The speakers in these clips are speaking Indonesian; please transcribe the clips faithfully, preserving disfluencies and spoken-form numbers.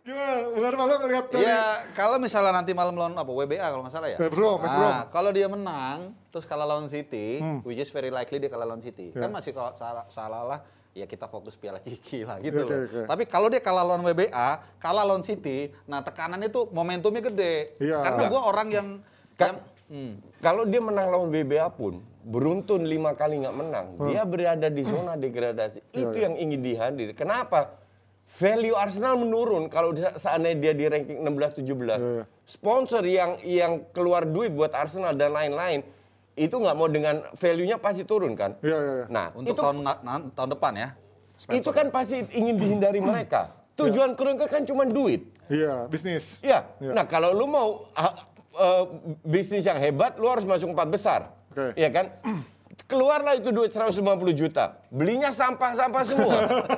Gimana? Benar malu ngelihat dari... Iya, kalau misalnya nanti malam lawan apa W B A kalau nggak salah ya. West Brom, West Brom. Nah, kalau dia menang, terus kalah lawan City, Hmm. which is very likely dia kalah lawan City. Ya. Kan masih kalau salah salah lah, ya kita fokus Piala Ciki lah gitu Oke, loh. oke. Tapi kalau dia kalah lawan W B A, kalah lawan City, nah tekanannya tuh momentumnya gede. Iya. Karena Iya. gue orang yang, Ka- yang hmm. Kalau dia menang lawan W B A pun, beruntun lima kali nggak menang, dia berada di zona degradasi. Itu iya. yang ingin dihadiri. Kenapa? Value Arsenal menurun kalau dia- seandainya dia di ranking enam belas tujuh belas. Iya, iya. Sponsor yang yang keluar duit buat Arsenal dan lain-lain, itu nggak mau dengan value-nya pasti turun kan? Iya, iya, iya. Nah, untuk itu tahun na- na- tahun depan ya. itu kan pasti ingin dihindari mereka. Tujuan mereka kan cuma duit. Iya, bisnis. Ya. Iya. Nah, kalau lu mau uh, uh, bisnis yang hebat, lu harus masuk empat besar. Oke. Iya kan? Keluarlah itu duit seratus lima puluh juta. Belinya sampah-sampah semua.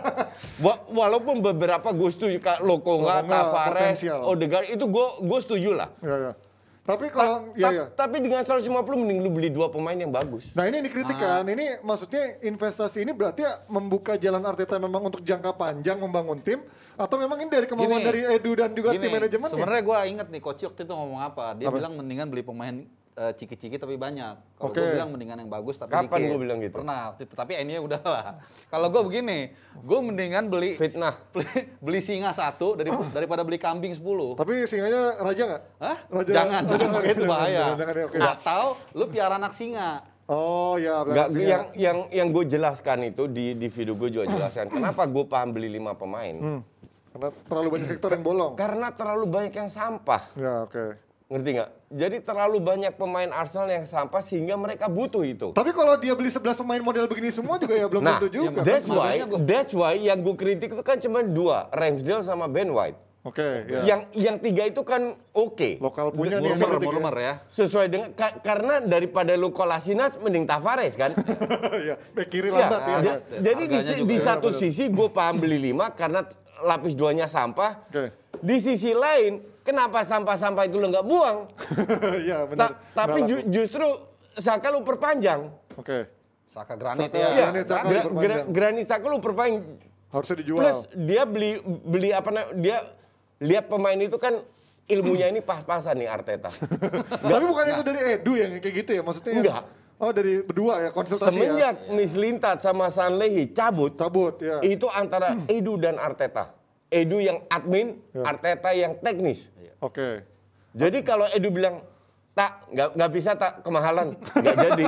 Wa- Walaupun beberapa gue setuju, Kak Lokonga, Lokonga, Tavares, potensial. Odegaard, itu gue gue setuju lah. Iya, iya. Tapi Ta- kalau... Iya, ta- iya. Tapi dengan seratus lima puluh mending lu beli dua pemain yang bagus. Nah ini dikritik kan, ini maksudnya investasi ini berarti ya membuka jalan Arteta memang untuk jangka panjang membangun tim, atau memang ini dari kemauan Gini, dari Edu dan juga Gini, tim manajemen? sebenarnya gue inget nih Coach waktu itu ngomong apa. Dia Apa? bilang mendingan beli pemain eh, ciki-ciki tapi banyak. Kalau Oke. gue bilang mendingan yang bagus tapi Kapan dikit. gua bilang gitu? Pernah waktu itu. Tapi ini udah lah. Kalau gue begini, gue mendingan beli Fitnah. beli, beli singa satu dari, daripada beli kambing sepuluh. Tapi singanya raja nggak? Hah? Raja- jangan, oh, jangan jangan, pakai itu jangan, bahaya. jangan, jangan, oke. Atau lu piara anak singa. Oh ya, Nggak, belakang singa. yang yang yang gue jelaskan itu di di video gue juga jelaskan. Kenapa gue paham beli lima pemain? Hmm. Karena terlalu banyak sektor yang bolong. Karena terlalu banyak yang sampah. Ya oke. Ngerti nggak? Jadi terlalu banyak pemain Arsenal yang sampah sehingga mereka butuh itu. Tapi kalau dia beli sebelas pemain model begini semua juga ya belum Nah, tentu juga. that's kan? why, Makanya gua- that's why yang gue kritik itu kan cuma dua, Ramsdale sama Ben White. Oke, ya. Yang yang tiga itu kan oke. Lokal punya nih yang Murmer, kritik ya. murmer ya. Sesuai dengan ka- karena daripada lu Kolasinac mending Tavares kan. Iya, bek kiri Ya, lambat ya. ja- jadi di, Harganya si- juga. di Ya, satu betul. sisi gue paham beli lima karena lapis duanya sampah. Oke. Di sisi lain, kenapa sampah-sampah itu lo nggak buang? Iya benar. Ta- tapi Nggak ju- laku. justru Saka lu perpanjang. Oke. Saka granit Saka, ya. Ya, Granit Saka gra- diperpanjang. gra- Granit Saka lu perpanjang. Harusnya dijual. Plus dia beli beli apa namanya? Dia lihat pemain itu kan ilmunya ini pas-pasan nih Arteta. Tapi bukan itu dari Edu yang kayak gitu ya maksudnya? yang- Enggak. Oh dari berdua ya konsultasi ya. Semenjak Mislintat sama Sanlehi cabut, Cabut ya. itu antara Edu dan Arteta. Edu yang admin, Ya. Arteta yang teknis. Oke. Jadi kalau Edu bilang, tak, nggak nggak bisa tak, kemahalan, nggak jadi.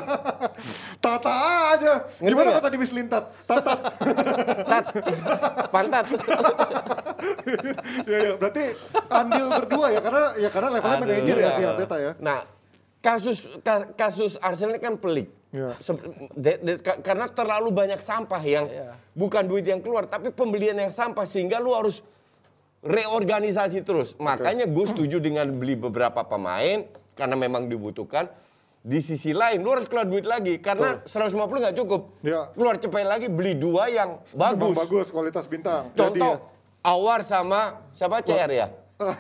Tata aja. Ngerti Gimana nggak? kok tadi mislintat? Tata. Tat, pantat. ya, ya, berarti andil berdua ya karena ya karena levelnya Aduh. manajer ya Iya. si Arteta ya. Nah, kasus ka- kasus Arsenal ini kan pelik. Ya. Se- de- de- ka- karena terlalu banyak sampah yang Iya. bukan duit yang keluar, tapi pembelian yang sampah sehingga lu harus reorganisasi terus. Makanya gue setuju dengan beli beberapa pemain karena memang dibutuhkan. Di sisi lain, lu harus keluar duit lagi karena seratus lima puluh nggak cukup. Ya. Keluar cepet lagi beli dua yang Memang bagus. bagus kualitas bintang. Jadi Contoh, ya. Awar sama siapa C R ya?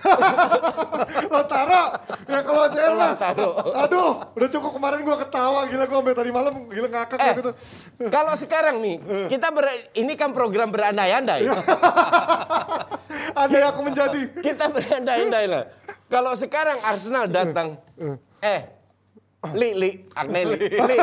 Lautaro. Ya kalau C R mah. Lautaro. Aduh, udah cukup kemarin gua ketawa gila gua sampai tadi malam gila ngakak Eh, gitu. kalau sekarang nih, kita ber, ini kan program berandai-andai. Ada yang aku menjadi. Kita berandai-andai lah. Kalau sekarang Arsenal datang, eh, Li, Li, Agneli, Li.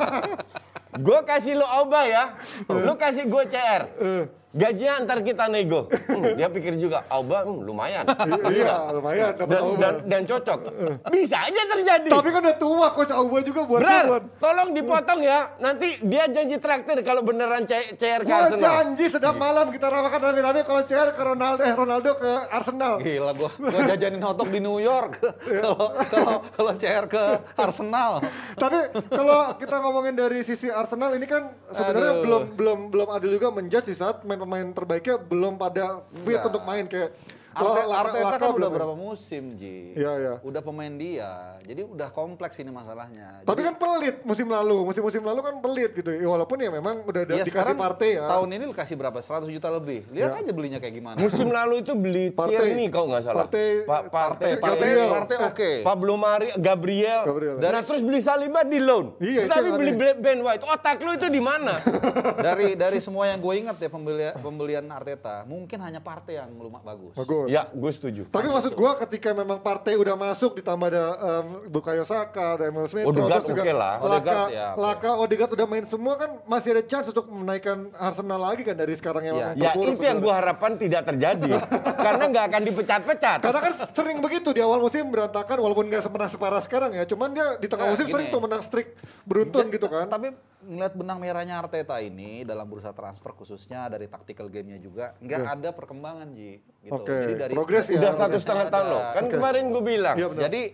Gue kasih lo Auba ya, lo kasih gue C R. Gajinya antar kita nego. Hmm, dia pikir juga Auba hmm, lumayan. Iya, lumayan dapat Dan, Auba. dan, dan cocok. Bisa aja terjadi. Tapi kan udah tua coach Auba juga buat Brar, buat. tolong dipotong ya. Nanti dia janji traktir kalau beneran C- CR ke Gua Arsenal. janji sedap malam kita ramakan rame-rame kalau C R ke Ronaldo eh Ronaldo ke Arsenal. Gila gua, gua jajanin hotdog di New York. Kalau kalau kalau C R ke Arsenal. Tapi kalau kita ngomongin dari sisi Arsenal ini kan sebenarnya Aduh. belum belum belum adil juga menjudge di saat pemain-pemain terbaiknya belum pada fit Enggak. untuk main kayak Arte, Laka- Arteta Laka kan belum udah ya? berapa musim, Ji. Iya, iya. Udah pemain dia. Jadi udah kompleks ini masalahnya. Tapi Jadi, kan pelit musim lalu, musim-musim lalu kan pelit gitu. Ya, walaupun ya memang udah ada ya dikasih sekarang partai ya. tahun ini lu kasih berapa? seratus juta lebih. Lihat Ya. aja belinya kayak gimana. Musim lalu itu beli Partey. Tierney kalau nggak salah. Partey. Pa- Partey. Partey. Partey, Gabriel. Partey oke. Pablo Mari, Gabriel. Gabriel. Nah terus beli Saliba di loan. Iya, itu Tapi yang beli aneh. Ben White. Otak lu itu di mana? dari dari semua yang gue ingat ya pembelian pembelian Arteta, mungkin hanya Partey yang lumayan bagus. Bagus. bagus. Ya, gue setuju. Tapi maksud gua ketika memang partai udah masuk ditambah ada um, Bukayo Saka, ada Emil Smith, Odegaard terus juga oke lah. Laka, Odegaard, ya, oke. Laka, Odegaard udah main semua kan masih ada chance untuk menaikkan Arsenal lagi kan dari sekarang yang Ya. memang Ya terburuk itu yang sebenarnya. gue harapkan tidak terjadi. Karena nggak akan dipecat-pecat. Karena kan sering begitu di awal musim berantakan walaupun nggak semenang separah sekarang ya. Cuman dia di tengah Nah, musim gini. sering tuh menang streak beruntun Jadi, gitu kan. Tapi ngeliat benang merahnya Arteta ini dalam bursa transfer khususnya dari tactical game-nya juga nggak ada perkembangan Ji. Gitu. Oke, Jadi dari progres ya. Udah Oke. satu setengah tahun loh. Kan Oke. kemarin gue bilang. Iya, benar. Jadi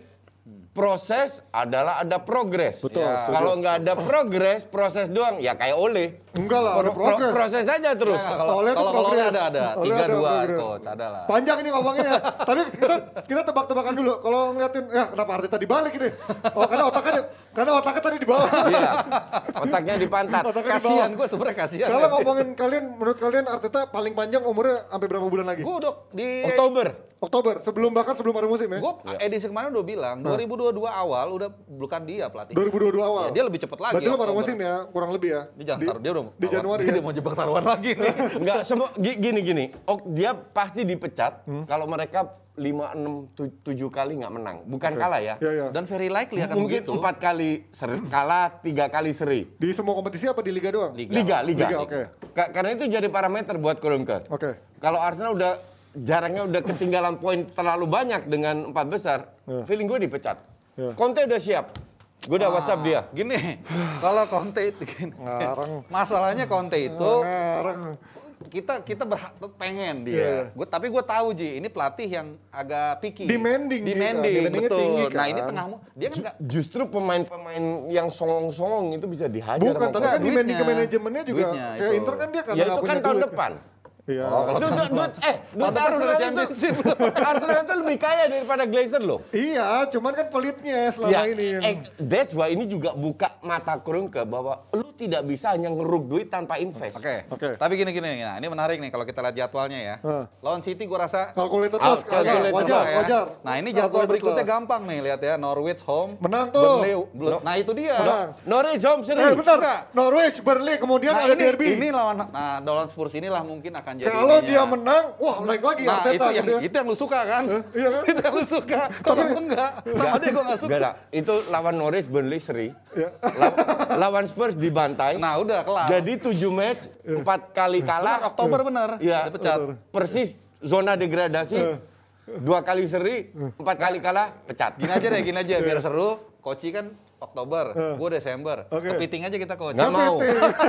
proses adalah ada progres. Betul, Ya. setuju. Kalau nggak ada progres, proses doang. Ya kayak Ole. Enggak lah, ada Pro- pro- progres. proses aja terus. Nah, kalau Oleh tuh kalau kalau progres. ada ada Oleh tiga ada dua progres. coach ada lah. Panjang ini ngomongnya. Tapi kita kita tebak-tebakan dulu. Kalau ngeliatin, ya kenapa Arteta dibalik ini? Oh karena otaknya karena otaknya tadi di bawah. Iya. Otaknya dipantat. Otaknya di Kasihan bawah. gue sebenarnya kasihan. Kalau ngomongin kalian, menurut kalian Arteta paling panjang umurnya sampai berapa bulan lagi? Gue udah di Oktober. Oktober, sebelum bahkan sebelum ada musim ya? gue edisi kemarin udah bilang dua ribu dua puluh dua awal udah bukan dia pelatih. dua ribu dua puluh dua awal. Ya, dia lebih cepat lagi. Berarti lo paruh Oktober. musim ya, kurang lebih ya? Dia jangan taruh, dia udah di Januari dia ya? udah mau jebak taruhan lagi nih. Enggak, semua gi- gini gini. Oh, dia pasti dipecat Hmm. kalau mereka lima, enam, tujuh kali nggak menang. Bukan kalah ya. Iya, iya. Dan very likely akan Mungkin begitu. empat kali seri, kalah, tiga kali seri. Di semua kompetisi apa di Liga doang? Liga. Liga, liga. Liga, oke. Ka- Karena itu jadi parameter buat Kroenke. Oke. Kalau Arsenal udah jarangnya udah ketinggalan poin terlalu banyak dengan empat besar, Ya. feeling gue dipecat. Ya. Conte udah siap. Gue udah WhatsApp dia. Gini, kalau Conte itu gini. Ngarang. Masalahnya Conte itu Ngarang. kita kita berhak pengen Iya. dia. Gua tapi gue tahu Ji, ini pelatih yang agak picky. Demanding dia kan, Demanding, demandingnya betul. tinggi Nah, kan. ini tengah dia kan nggak Justru pemain-pemain yang songong-songong itu bisa dihajar. Bukan, sama tapi kan Conte. demanding ke Duitnya. manajemennya juga. Duitnya Kayak itu. Inter kan dia karena Ya nggak itu punya kan tahun duit. depan. Iya. Oh, kalau Duit, duit, duit, eh, duit Tahun depan Arsenal udah itu, championship. Arsenal itu lebih kaya daripada Glazer loh. Iya, cuman kan pelitnya selama Ya, ini. eh, that's why ini juga buka mata Kroenke bahwa lu tidak bisa hanya ngeruk duit tanpa invest. Oke. Oke. Tapi gini-gini, nah ini menarik nih kalau kita lihat jadwalnya ya. Hah. Lawan City gua rasa Calculated Ah, loss, calculated wajar, loss, ya. wajar. Nah, ini jadwal Calculated berikutnya loss. gampang nih, lihat ya. Norwich home. Menang tuh. Burnley, belum- Nah, itu dia. Menang. Norwich home seri. Eh bentar, Enggak. Norwich, Burnley, kemudian Nah, ada ini, derby. ini lawan nah lawan Spurs inilah mungkin akan jadi Kalau ininya. dia menang, wah naik lagi Nah, Arteta itu yang gitu ya. itu yang lu suka kan? Iya kan? Itu yang lu suka. Kalau lu enggak, sama dia gua enggak suka. Enggak, enggak. Itu lawan Norwich, Burnley seri. Iya. La- lawan Spurs dibantai. Nah, udah kelar. Jadi tujuh match, empat kali Benar, kalah. Oktober bener. Iya, Dia pecat. persis zona degradasi. Dua kali seri, empat kali kalah, pecat. Gini aja deh, gini aja biar seru. Koci kan Oktober, gua Desember. Oke. Kepiting aja kita coach. Nggak mau.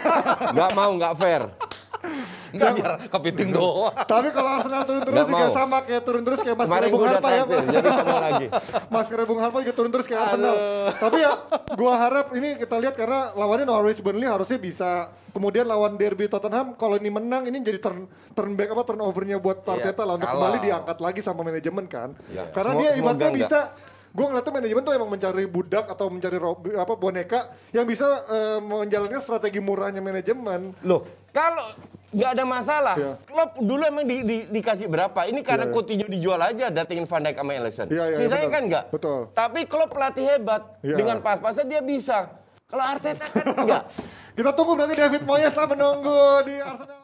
Nggak mau, nggak fair. Enggak biar kepiting doang. Tapi kalau Arsenal turun terus Nggak juga mau. sama kayak turun terus kayak Mas Kemarin Bung gue udah Harpa ya. traktir, jadi nggak mau lagi. Maskernya Bung Harpa juga turun terus kayak Arsenal. Tapi ya gua harap ini kita lihat karena lawannya Norwich Burnley harusnya bisa. Kemudian lawan derby Tottenham kalau ini menang ini jadi turn turn back apa turnovernya buat Arteta lah untuk kalau- kembali diangkat lagi sama manajemen kan. Ya, Karena semua- dia semoga ibaratnya enggak. bisa gue ngeliatnya manajemen tuh emang mencari budak atau mencari ro- apa boneka yang bisa eh, menjalankan strategi murahnya manajemen. Loh, kalau nggak ada masalah, Iya. klub dulu emang di, di- dikasih berapa? Ini karena Iya, iya. Coutinho dijual aja, datengin Van Dijk sama Alisson. Iya, iya, Sisanya betul. kan enggak. Betul. Tapi klub pelatih hebat, Iya. dengan pas-pasnya dia bisa. Kalau Arteta kan enggak. Kita tunggu berarti David Moyes lah menunggu di Arsenal.